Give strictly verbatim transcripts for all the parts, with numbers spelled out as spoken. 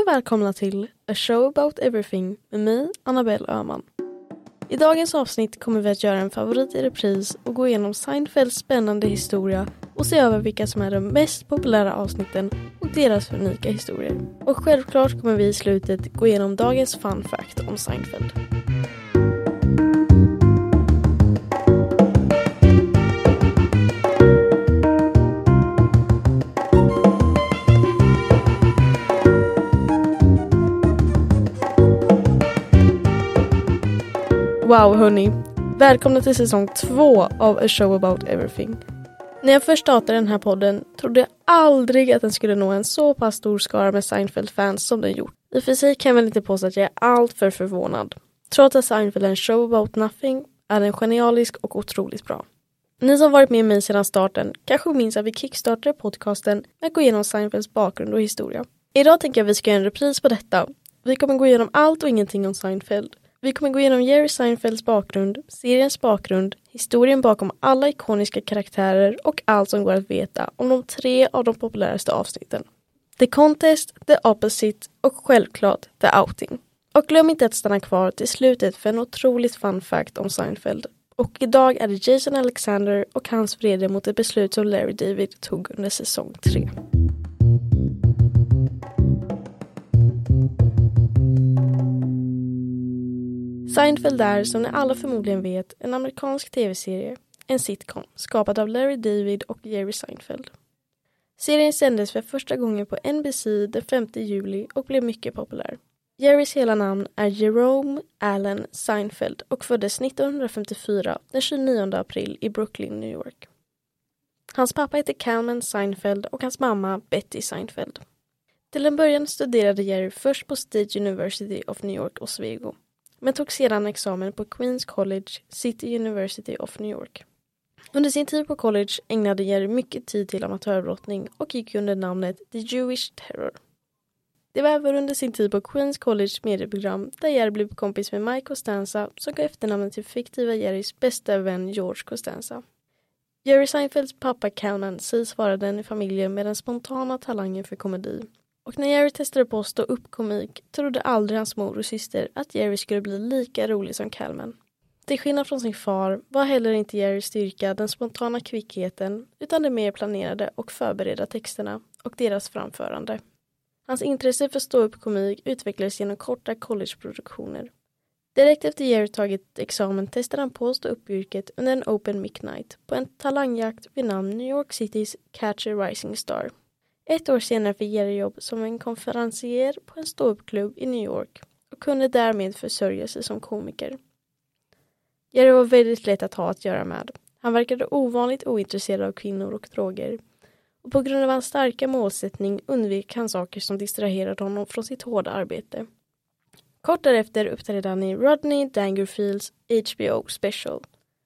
och välkomna till A Show About Everything med mig, Annabelle Öhman. I dagens avsnitt kommer vi att göra en favorit i repris och gå igenom Seinfelds spännande historia och se över vilka som är de mest populära avsnitten och deras unika historier. Och självklart kommer vi i slutet gå igenom dagens fun fact om Seinfeld. Wow hörni, välkomna till säsong två av A Show About Everything. När jag först startade den här podden trodde jag aldrig att den skulle nå en så pass stor skara med Seinfeld-fans som den gjort. I och för sig kan jag väl inte påstå att jag är allt för förvånad. Trots att Seinfeld är en show about nothing är den genialisk och otroligt bra. Ni som varit med mig sedan starten kanske minns att vi kickstartade podcasten med att gå igenom Seinfelds bakgrund och historia. Idag tänker jag att vi ska göra en repris på detta. Vi kommer gå igenom allt och ingenting om Seinfeld. Vi kommer gå igenom Jerry Seinfelds bakgrund, seriens bakgrund, historien bakom alla ikoniska karaktärer och allt som går att veta om de tre av de populäraste avsnitten. The Contest, The Opposite och självklart The Outing. Och glöm inte att stanna kvar till slutet för en otroligt fun fact om Seinfeld. Och idag är det Jason Alexander och hans vrede mot ett beslut som Larry David tog under säsong tre. Seinfeld är, som ni alla förmodligen vet, en amerikansk tv-serie, en sitcom, skapad av Larry David och Jerry Seinfeld. Serien sändes för första gången på N B C den femte juli och blev mycket populär. Jerrys hela namn är Jerome Allen Seinfeld och föddes nittonhundrafemtiofyra den tjugonionde april i Brooklyn, New York. Hans pappa heter Calman Seinfeld och hans mamma Betty Seinfeld. Till en början studerade Jerry först på State University of New York, Oswego. Men tog sedan examen på Queens College, City University of New York. Under sin tid på college ägnade Jerry mycket tid till amatörbrottning och gick under namnet The Jewish Terror. Det var även under sin tid på Queens College medieprogram där Jerry blev kompis med Mike Costanza som gav efternamnet till fiktiva Jerrys bästa vän George Costanza. Jerry Seinfelds pappa Calman sägs vara den i familjen med den spontana talangen för komedi. Och när Jerry testade på att stå upp komik trodde aldrig hans mor och syster att Jerry skulle bli lika rolig som Calman. Till skillnad från sin far var heller inte Jerrys styrka den spontana kvickheten utan det mer planerade och förberedda texterna och deras framförande. Hans intresse för stå upp komik utvecklades genom korta collegeproduktioner. Direkt efter Jerry tagit examen testade han på att stå upp yrket under en open mic night på en talangjakt vid namn New York Citys Catch a Rising Star. Ett år senare fick Jerry jobb som en konferencier på en ståuppklubb i New York och kunde därmed försörja sig som komiker. Jerry var väldigt lätt att ha att göra med. Han verkade ovanligt ointresserad av kvinnor och droger. Och på grund av hans starka målsättning undvek han saker som distraherade honom från sitt hårda arbete. Kort därefter uppträdde han i Rodney Dangerfields H B O special.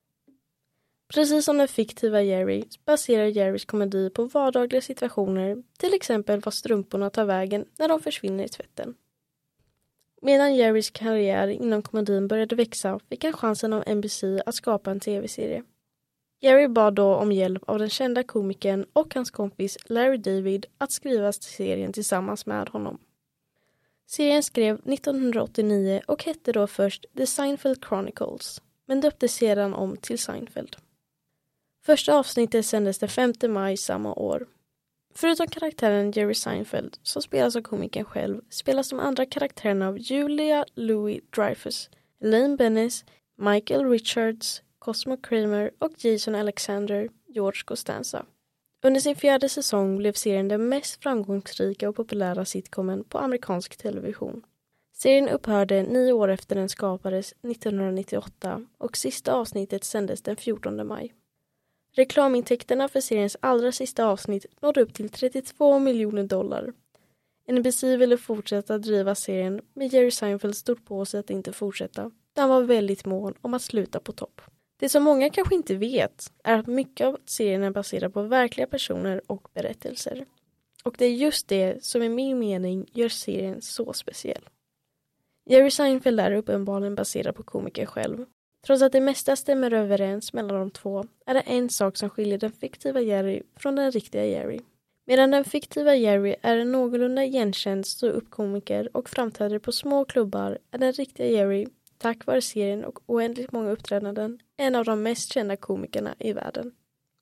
Precis som den fiktiva Jerry baserar Jerrys komedi på vardagliga situationer, till exempel vad strumporna tar vägen när de försvinner i tvätten. Medan Jerrys karriär inom komedin började växa fick han chansen av N B C att skapa en tv-serie. Jerry bad då om hjälp av den kända komikern och hans kompis Larry David att skriva serien tillsammans med honom. Serien skrev nittonhundraåttionio och hette då först The Seinfeld Chronicles, men döptes sedan om till Seinfeld. Första avsnittet sändes den femte maj samma år. Förutom karaktären Jerry Seinfeld, som spelas av komikern själv, spelas de andra karaktärerna av Julia Louis-Dreyfus, Elaine Benes, Michael Richards, Cosmo Kramer och Jason Alexander, George Costanza. Under sin fjärde säsong blev serien den mest framgångsrika och populära sitcomen på amerikansk television. Serien upphörde nio år efter den skapades nittonhundranittioåtta och sista avsnittet sändes den fjortonde maj. Reklamintäkterna för seriens allra sista avsnitt nådde upp till trettiotvå miljoner dollar. N B C ville fortsätta driva serien, men Jerry Seinfeld stod på sig att inte fortsätta. Han var väldigt mån om att sluta på topp. Det som många kanske inte vet är att mycket av serien är baserad på verkliga personer och berättelser. Och det är just det som i min mening gör serien så speciell. Jerry Seinfeld är uppenbarligen baserad på komikern själv. Trots att det mesta stämmer överens mellan de två är det en sak som skiljer den fiktiva Jerry från den riktiga Jerry. Medan den fiktiva Jerry är en någorlunda igenkänd stå-upp-komiker och framträder på små klubbar är den riktiga Jerry, tack vare serien och oändligt många uppträdanden, en av de mest kända komikerna i världen.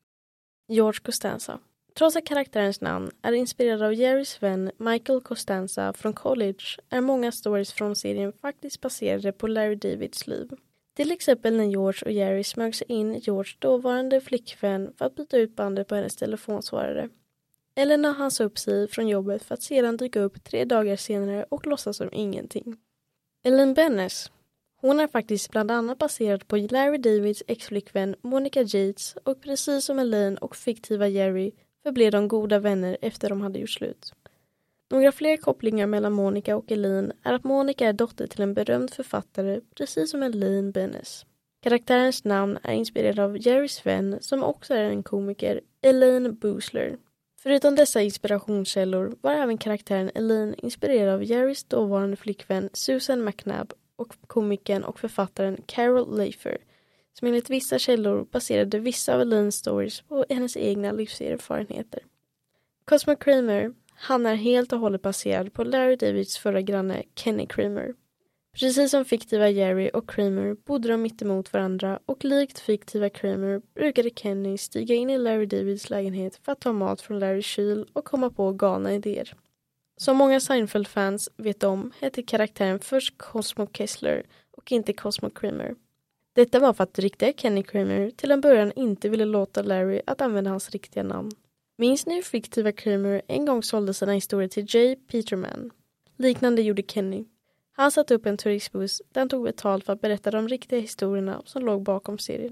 George Costanza. Trots att karaktärens namn är inspirerad av Jerrys vän Michael Costanza från college är många stories från serien faktiskt baserade på Larry Davids liv. Till exempel när George och Jerry smög sig in Georges dåvarande flickvän för att byta ut bandet på hennes telefonsvarare. Eller när han sa upp sig från jobbet för att sedan dyka upp tre dagar senare och låtsas som ingenting. Elaine Benes. Hon är faktiskt bland annat baserad på Larry Davids ex-flickvän Monica Yates och precis som Elaine och fiktiva Jerry förblev de goda vänner efter de hade gjort slut. Några fler kopplingar mellan Monica och Elaine är att Monica är dotter till en berömd författare precis som Elaine Benes. Karaktärens namn är inspirerad av Jerrys vän som också är en komiker, Elaine Boosler. Förutom dessa inspirationskällor var även karaktären Elaine inspirerad av Jerrys dåvarande flickvän Susan McNabb och komikern och författaren Carol Leifer, som enligt vissa källor baserade vissa av Elaines stories på hennes egna livserfarenheter. Cosmo Kramer, han är helt och hållet baserad på Larry Davids förra granne Kenny Kramer. Precis som fiktiva Jerry och Kramer bodde de mitt emot varandra och likt fiktiva Kramer brukade Kenny stiga in i Larry Davids lägenhet för att ta mat från Larrys kyl och komma på galna idéer. Som många Seinfeld-fans vet om hette karaktären först Cosmo Kessler och inte Cosmo Kramer. Detta var för att riktiga Kenny Kramer till en början inte ville låta Larry att använda hans riktiga namn. Minns ni hur fiktiva Kramer en gång sålde sina historier till J. Peterman? Liknande gjorde Kenny. Han satte upp en turistbuss där han tog betalt för att berätta de riktiga historierna som låg bakom serien.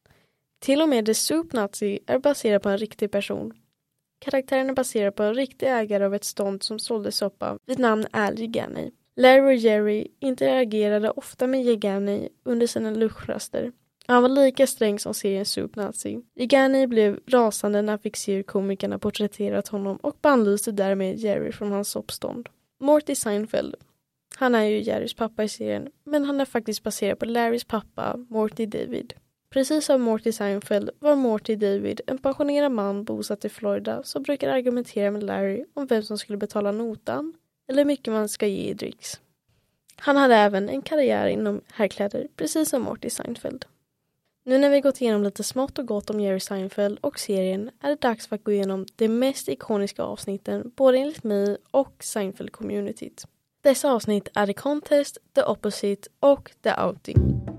Till och med The Soup Nazi är baserad på en riktig person. Karaktären är baserad på en riktig ägare av ett stånd som sålde soppa vid namn Al Gigani. Larry och Jerry interagerade ofta med Gigani under sina lunchraster. Han var lika sträng som serien Soup Nazi. Gigani blev rasande när han fick se hur komikerna porträtterat honom och bannlyste därmed Jerry från hans soppstånd. Morty Seinfeld. Han är ju Jerrys pappa i serien, men han är faktiskt baserad på Larrys pappa, Morty David. Precis som Morty Seinfeld var Morty David en pensionerad man bosatt i Florida som brukar argumentera med Larry om vem som skulle betala notan eller hur mycket man ska ge i dricks. Han hade även en karriär inom herrkläder, precis som Morty Seinfeld. Nu när vi gått igenom lite smått och gott om Jerry Seinfeld och serien är det dags för att gå igenom de mest ikoniska avsnitten både enligt mig och Seinfeld-communityt. Dessa avsnitt är The Contest, The Opposite och The Outing.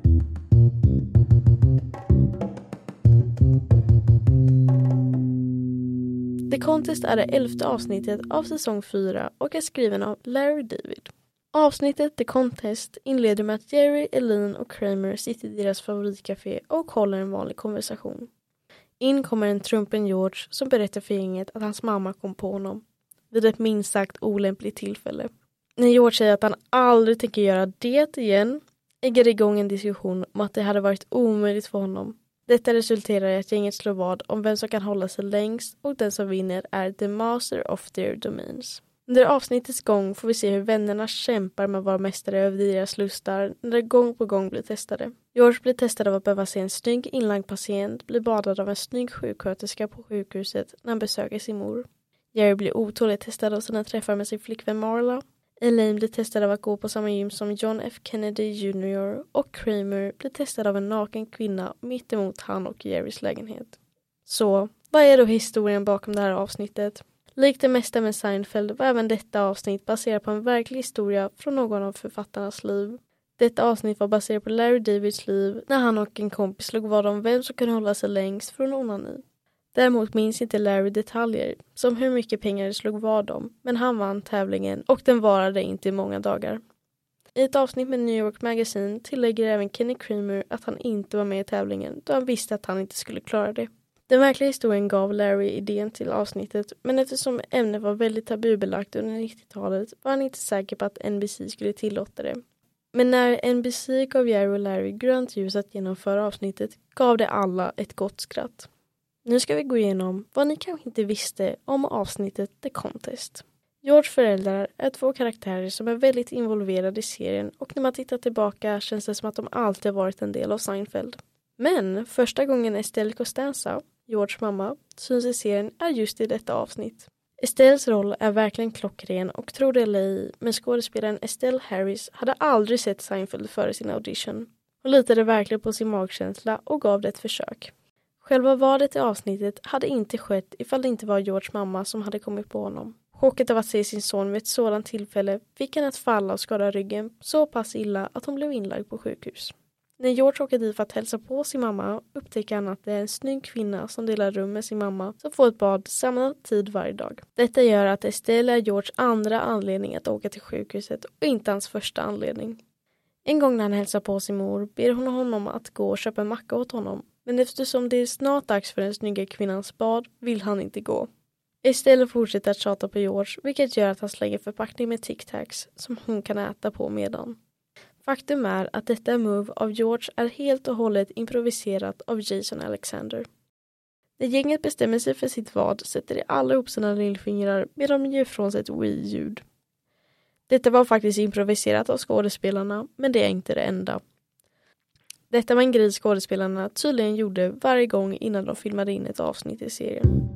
The Contest är det elfte avsnittet av säsong fyra och är skriven av Larry David. Avsnittet The Contest inleder med att Jerry, Elaine och Kramer sitter i deras favoritcafé och håller en vanlig konversation. In kommer en trumpen George som berättar för gänget att hans mamma kom på honom vid ett minst sagt olämpligt tillfälle. När George säger att han aldrig tänker göra det igen ägger igång en diskussion om att det hade varit omöjligt för honom. Detta resulterar i att gänget slår vad om vem som kan hålla sig längst och den som vinner är the master of their domains. Under avsnittets gång får vi se hur vännerna kämpar med att vara mästare över deras lustar när de gång på gång blir testade. George blir testad av att behöva se en snygg inlagd patient bli badad av en snygg sjuksköterska på sjukhuset när han besöker sin mor. Jerry blir otåligt testad av sina träffar med sin flickvän Marla. Elaine blir testad av att gå på samma gym som John F. Kennedy junior och Kramer blir testad av en naken kvinna mitt emot han och Jerrys lägenhet. Så, vad är då historien bakom det här avsnittet? Likt det mesta med Seinfeld var även detta avsnitt baserat på en verklig historia från någon av författarnas liv. Detta avsnitt var baserat på Larry Davids liv när han och en kompis slog vad om vem som kunde hålla sig längst från onani. Däremot minns inte Larry detaljer, som hur mycket pengar det slog vad om, men han vann tävlingen och den varade inte i många dagar. I ett avsnitt med New York Magazine tillägger även Kenny Kramer att han inte var med i tävlingen då han visste att han inte skulle klara det. Den verkliga historien gav Larry idén till avsnittet, men eftersom ämnet var väldigt tabubelagt under nittiotalet var han inte säker på att N B C skulle tillåta det. Men när N B C gav Jerry och Larry grönt ljus att genomföra avsnittet gav det alla ett gott skratt. Nu ska vi gå igenom vad ni kanske inte visste om avsnittet The Contest. George föräldrar är två karaktärer som är väldigt involverade i serien och när man tittar tillbaka känns det som att de alltid varit en del av Seinfeld. Men första gången Estelle Costanza, Georges mamma, syns i serien är just i detta avsnitt. Estelles roll är verkligen klockren och tror det eller ej, men skådespelaren Estelle Harris hade aldrig sett Seinfeld före sin audition. Hon litade verkligen på sin magkänsla och gav det ett försök. Själva valet i avsnittet hade inte skett ifall det inte var Georges mamma som hade kommit på honom. Chocket av att se sin son vid ett sådant tillfälle fick henne att falla och skada ryggen så pass illa att hon blev inlagd på sjukhus. När George åker dit för att hälsa på sin mamma upptäcker han att det är en snygg kvinna som delar rum med sin mamma som får ett bad samma tid varje dag. Detta gör att Estelle är Georges andra anledning att åka till sjukhuset och inte hans första anledning. En gång när han hälsar på sin mor ber hon honom att gå och köpa en macka åt honom. Men eftersom det är snart dags för den snygga kvinnans bad vill han inte gå. Estelle fortsätter att tjata på George vilket gör att han slänger förpackning med Tic Tacs som hon kan äta på medan. Faktum är att detta move av George är helt och hållet improviserat av Jason Alexander. När gänget bestämmer sig för sitt vad sätter de alla upp sina lillfingrar medan de ger från sig ett Wii-ljud. Detta var faktiskt improviserat av skådespelarna, men det är inte det enda. Detta var en grej skådespelarna tydligen gjorde varje gång innan de filmade in ett avsnitt i serien.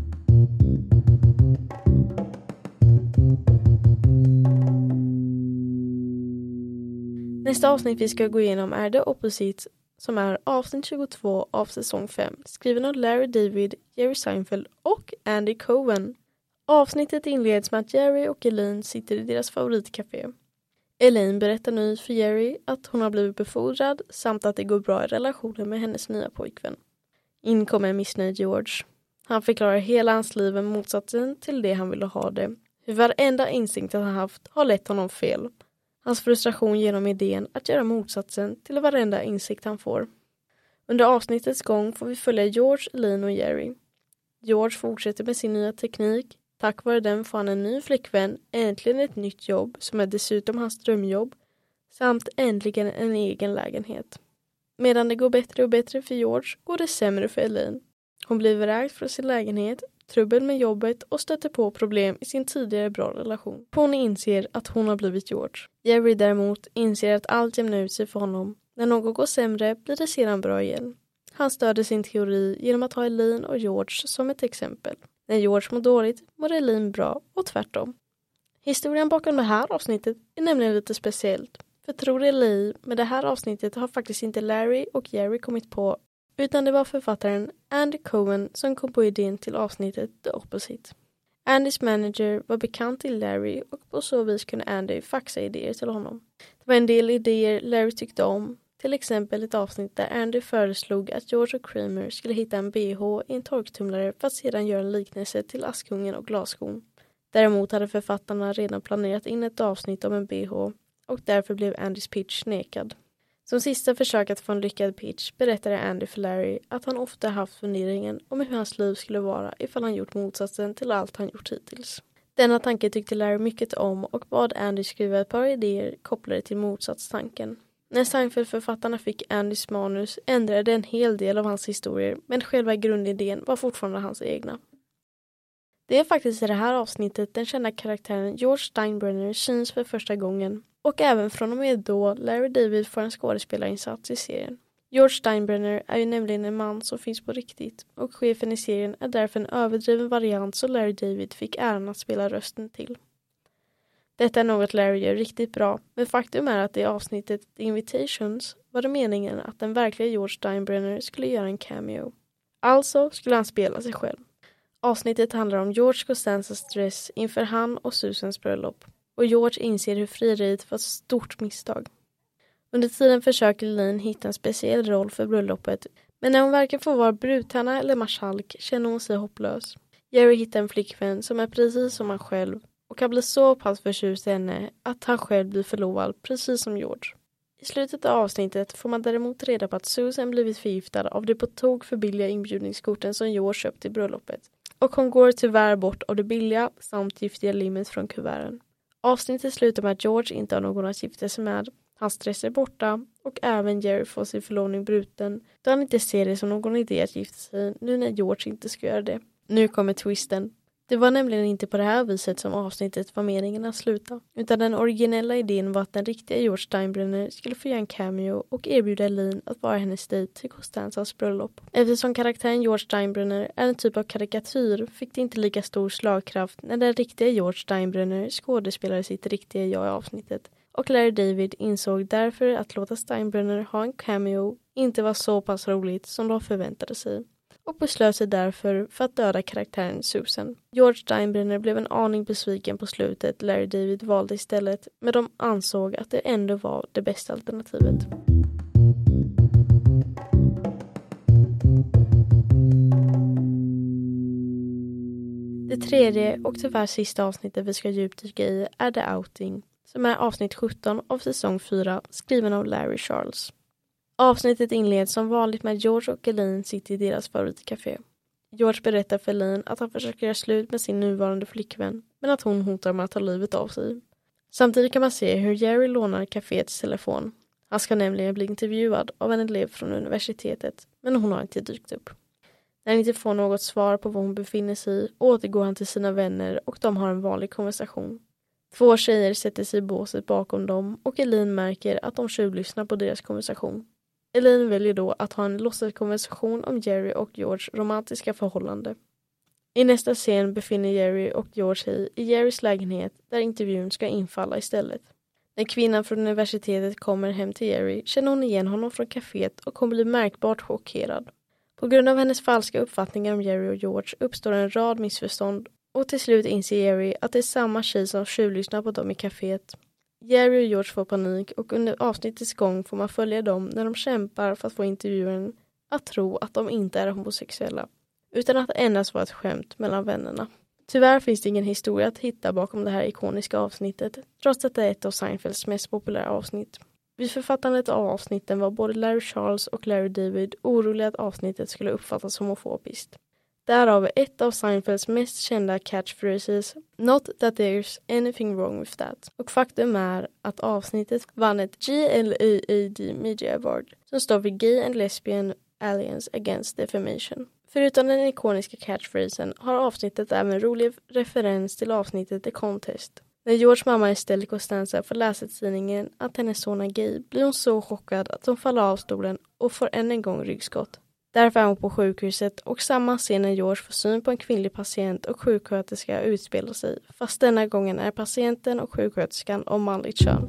Nästa avsnitt vi ska gå igenom är The Opposite, som är avsnitt tjugotvå av säsong fem, skriven av Larry David, Jerry Seinfeld och Andy Cohen. Avsnittet inleds med att Jerry och Elaine sitter i deras favoritcafé. Elaine berättar nu för Jerry att hon har blivit befordrad samt att det går bra i relationen med hennes nya pojkvän. In kommer en missnöjd George. Han förklarar hela hans liv en motsatsen till det han ville ha det. Hur varenda instinkt han haft har lett honom fel. Hans frustration genom idén att göra motsatsen till varenda insikt han får. Under avsnittets gång får vi följa George, Elaine och Jerry. George fortsätter med sin nya teknik. Tack vare den får han en ny flickvän, äntligen ett nytt jobb som är dessutom hans drömjobb, samt äntligen en egen lägenhet. Medan det går bättre och bättre för George går det sämre för Elaine. Hon blir vräkt från sin lägenhet, trubbel med jobbet och stöter på problem i sin tidigare bra relation. Hon inser att hon har blivit George. Jerry däremot inser att allt jämnar ut sig för honom. När något går sämre blir det sedan bra igen. Han stöder sin teori genom att ha Elaine och George som ett exempel. När George mår dåligt mår Elaine bra och tvärtom. Historien bakom det här avsnittet är nämligen lite speciellt. För tror det eller ej, med det här avsnittet har faktiskt inte Larry och Jerry kommit på, utan det var författaren Andy Cohen som kom på idén till avsnittet The Opposite. Andys manager var bekant till Larry och på så vis kunde Andy faxa idéer till honom. Det var en del idéer Larry tyckte om, till exempel ett avsnitt där Andy föreslog att George och Kramer skulle hitta en B H i en torktumlare för att sedan göra en liknelse till Askungen och Glasskon. Däremot hade författarna redan planerat in ett avsnitt om en B H och därför blev Andys pitch nekad. Som sista försök att få en lyckad pitch berättade Andy för Larry att han ofta haft funderingen om hur hans liv skulle vara ifall han gjort motsatsen till allt han gjort hittills. Denna tanke tyckte Larry mycket om och bad Andy skriva ett par idéer kopplade till motsatstanken. När Seinfeld-författarna fick Andys manus ändrade en hel del av hans historier, men själva grundidén var fortfarande hans egna. Det är faktiskt i det här avsnittet den kända karaktären George Steinbrenner syns för första gången, och även från och med då Larry David får en skådespelarinsats i serien. George Steinbrenner är ju nämligen en man som finns på riktigt, och chefen i serien är därför en överdriven variant som Larry David fick äran att spela rösten till. Detta är något Larry gör riktigt bra, men faktum är att i avsnittet The Invitations var det meningen att den verkliga George Steinbrenner skulle göra en cameo. Alltså skulle han spela sig själv. Avsnittet handlar om George Costanzas stress inför han och Susans bröllop, och George inser hur frieriet var ett stort misstag. Under tiden försöker Elaine hitta en speciell roll för bröllopet, men när hon varken får vara brudtärna eller marskalk känner hon sig hopplös. Jerry hittar en flickvän som är precis som han själv, och kan bli så pass förtjust i henne att han själv blir förlovad precis som George. I slutet av avsnittet får man däremot reda på att Susan blivit förgiftad av de på tåg för billiga inbjudningskorten som George köpt till bröllopet. Och hon går tyvärr bort av det billiga samt giftiga limmet från kuverten. Avsnittet slutar med att George inte har någon att gifta sig med. Hans stress är borta och även Jerry får sin förlovning bruten då han inte ser det som någon idé att gifta sig nu när George inte ska göra det. Nu kommer twisten. Det var nämligen inte på det här viset som avsnittet var meningen att sluta, utan den originella idén var att den riktiga George Steinbrenner skulle få göra en cameo och erbjuda Eileen att vara hennes dejt till Costanzas bröllop. Eftersom karaktären George Steinbrenner är en typ av karikatyr fick det inte lika stor slagkraft när den riktiga George Steinbrenner skådespelade sitt riktiga jag i avsnittet, och Larry David insåg därför att låta Steinbrenner ha en cameo inte var så pass roligt som de förväntade sig, och beslöt sig därför för att döda karaktären Susan. George Steinbrenner blev en aning besviken på slutet Larry David valde istället, men de ansåg att det ändå var det bästa alternativet. Det tredje och tyvärr sista avsnittet vi ska djupdyka i är The Outing, som är avsnitt sjutton av säsong fyra, skriven av Larry Charles. Avsnittet inleds som vanligt med George och Eileen sitter i deras favoritcafé. George berättar för Eileen att han försöker göra slut med sin nuvarande flickvän, men att hon hotar med att ta livet av sig. Samtidigt kan man se hur Jerry lånar kaféets telefon. Han ska nämligen bli intervjuad av en elev från universitetet, men hon har inte dykt upp. När han inte får något svar på var hon befinner sig återgår han till sina vänner och de har en vanlig konversation. Två tjejer sätter sig i båset bakom dem och Eileen märker att de tjuvlyssnar på deras konversation. Eileen väljer då att ha en låtsaskonversation om Jerry och George romantiska förhållande. I nästa scen befinner Jerry och George sig i Jerrys lägenhet där intervjun ska infalla istället. När kvinnan från universitetet kommer hem till Jerry känner hon igen honom från kaféet och kommer bli märkbart chockerad. På grund av hennes falska uppfattningar om Jerry och George uppstår en rad missförstånd och till slut inser Jerry att det är samma tjej som tjuvlyssnar på dem i kaféet. Jerry och George får panik och under avsnittets gång får man följa dem när de kämpar för att få intervjuaren att tro att de inte är homosexuella, utan att det endast var ett skämt mellan vännerna. Tyvärr finns det ingen historia att hitta bakom det här ikoniska avsnittet, trots att det är ett av Seinfelds mest populära avsnitt. Vid författandet av avsnitten var både Larry Charles och Larry David oroliga att avsnittet skulle uppfattas homofobiskt. Därav är ett av Seinfelds mest kända catchphrases "Not that there's anything wrong with that". Och faktum är att avsnittet vann ett G L A A D Media Award som står för Gay and Lesbian Alliance Against Defamation. Förutom den ikoniska catchphrasen har avsnittet även rolig referens till avsnittet The Contest. När George mamma Estelle Costanza får läsa i tidningen att hennes son är gay blir hon så chockad att hon faller av stolen och får än en gång ryggskott. Därför är hon på sjukhuset och samma scen när George får syn på en kvinnlig patient och sjuksköterska utspelar sig, fast denna gången är patienten och sjuksköterskan av manligt kön.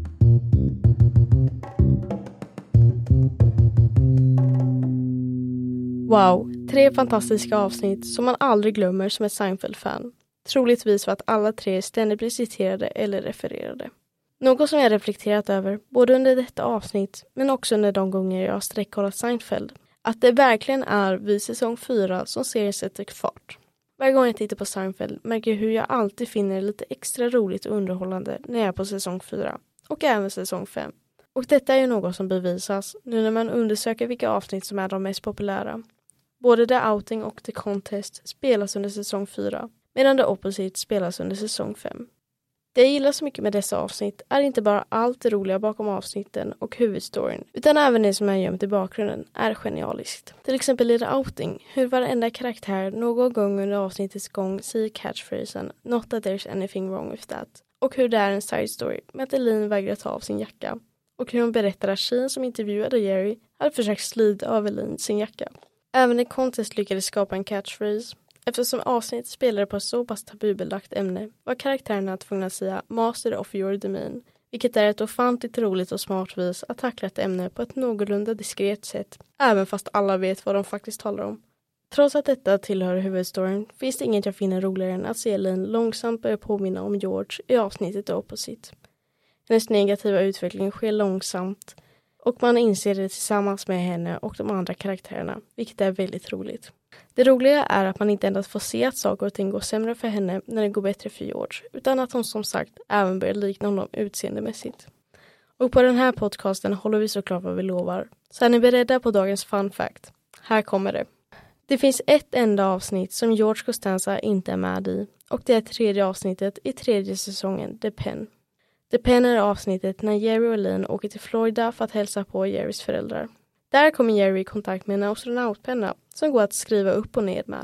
Wow, tre fantastiska avsnitt som man aldrig glömmer som ett Seinfeld-fan. Troligtvis för att alla tre ständigt blir citerade eller refererade. Något som jag reflekterat över, både under detta avsnitt men också under de gånger jag har sträckkollat Seinfeld, att det verkligen är vid säsong fyra som serien sätter fart. Varje gång jag tittar på Seinfeld märker jag hur jag alltid finner det lite extra roligt och underhållande när jag är på säsong fyra, och även säsong fem. Och detta är ju något som bevisas nu när man undersöker vilka avsnitt som är de mest populära. Både The Outing och The Contest spelas under säsong fyra, medan The Opposite spelas under säsong fem. Det jag gillar så mycket med dessa avsnitt är inte bara allt det roliga bakom avsnitten och huvudstoryn, utan även det som är gömt i bakgrunden är genialiskt. Till exempel i The Outing, hur varenda karaktär någon gång under avsnittets gång säger catchphrasen "Not that there's anything wrong with that", och hur det är en side story med att Eileen vägrar ta av sin jacka, och hur hon berättar att tjejen som intervjuade Jerry hade försökt slida av Eileen sin jacka. Även i Contest lyckades skapa en catchphrase. Eftersom avsnittet spelade på ett så pass tabubelagt ämne var karaktärerna tvungna att säga "Master of your domain", vilket är ett ofantligt roligt och smart vis att tackla ett ämne på ett någorlunda diskret sätt, även fast alla vet vad de faktiskt talar om. Trots att detta tillhör huvudstoryn finns det inget jag finner roligare än att se Eileen långsamt börja påminna om George i avsnittet The Opposite. Hennes negativa utveckling sker långsamt och man inser det tillsammans med henne och de andra karaktärerna, vilket är väldigt roligt. Det roliga är att man inte endast får se att saker och ting går sämre för henne när det går bättre för George, utan att hon som sagt även börjar likna honom utseendemässigt. Och på den här podcasten håller vi såklart vad vi lovar. Så är ni beredda på dagens fun fact? Här kommer det. Det finns ett enda avsnitt som George Costanza inte är med i, och det är tredje avsnittet i tredje säsongen, The Pen. The Pen är avsnittet när Jerry och Eileen åker till Florida för att hälsa på Jerrys föräldrar. Där kommer Jerry i kontakt med en astronautpenna som går att skriva upp och ner med.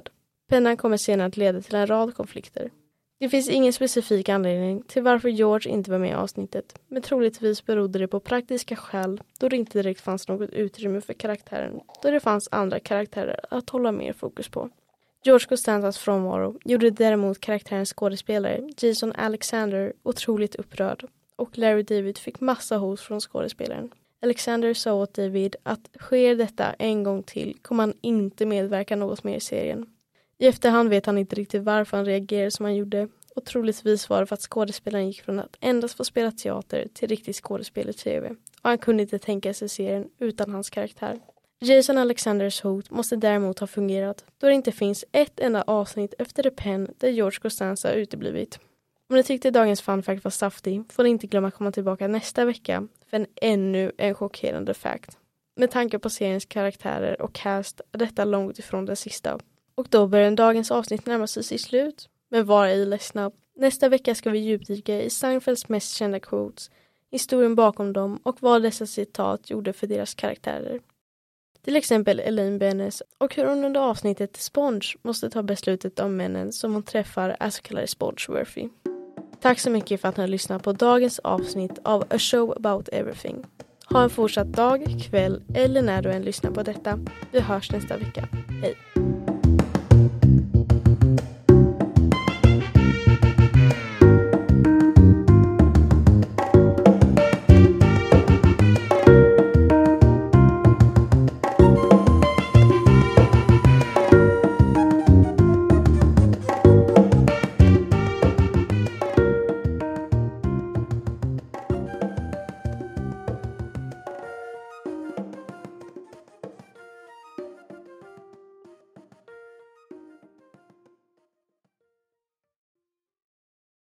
Pennan kommer senare att leda till en rad konflikter. Det finns ingen specifik anledning till varför George inte var med i avsnittet, men troligtvis berodde det på praktiska skäl då det inte direkt fanns något utrymme för karaktären, då det fanns andra karaktärer att hålla mer fokus på. George Costanzas frånvaro gjorde däremot karaktärens skådespelare, Jason Alexander, otroligt upprörd, och Larry David fick massa hot från skådespelaren. Alexander sa åt David att sker detta en gång till kommer han inte medverka något mer i serien. I efterhand vet han inte riktigt varför han reagerade som han gjorde, och troligtvis var det för att skådespelaren gick från att endast få spela teater till riktigt skådespel i tv, och han kunde inte tänka sig serien utan hans karaktär. Jason Alexanders hot måste däremot ha fungerat, då det inte finns ett enda avsnitt efter The Pen där George Costanza uteblivit. Om ni tyckte dagens fun fact var saftig får ni inte glömma att komma tillbaka nästa vecka för en ännu en chockerande fact. Med tanke på seriens karaktärer och cast är detta långt ifrån det sista. Och då börjar dagens avsnitt närma sig sitt slut. Men var ej ledsna. Nästa vecka ska vi djupdyka i Seinfelds mest kända quotes, historien bakom dem och vad dessa citat gjorde för deras karaktärer. Till exempel Elaine Benes och hur hon under avsnittet Sponge måste ta beslutet om männen som hon träffar är så kallade Sponge-worthy. Tack så mycket för att ni har lyssnat på dagens avsnitt av A Show About Everything. Ha en fortsatt dag, kväll eller när du än lyssnar på detta. Vi hörs nästa vecka. Hej!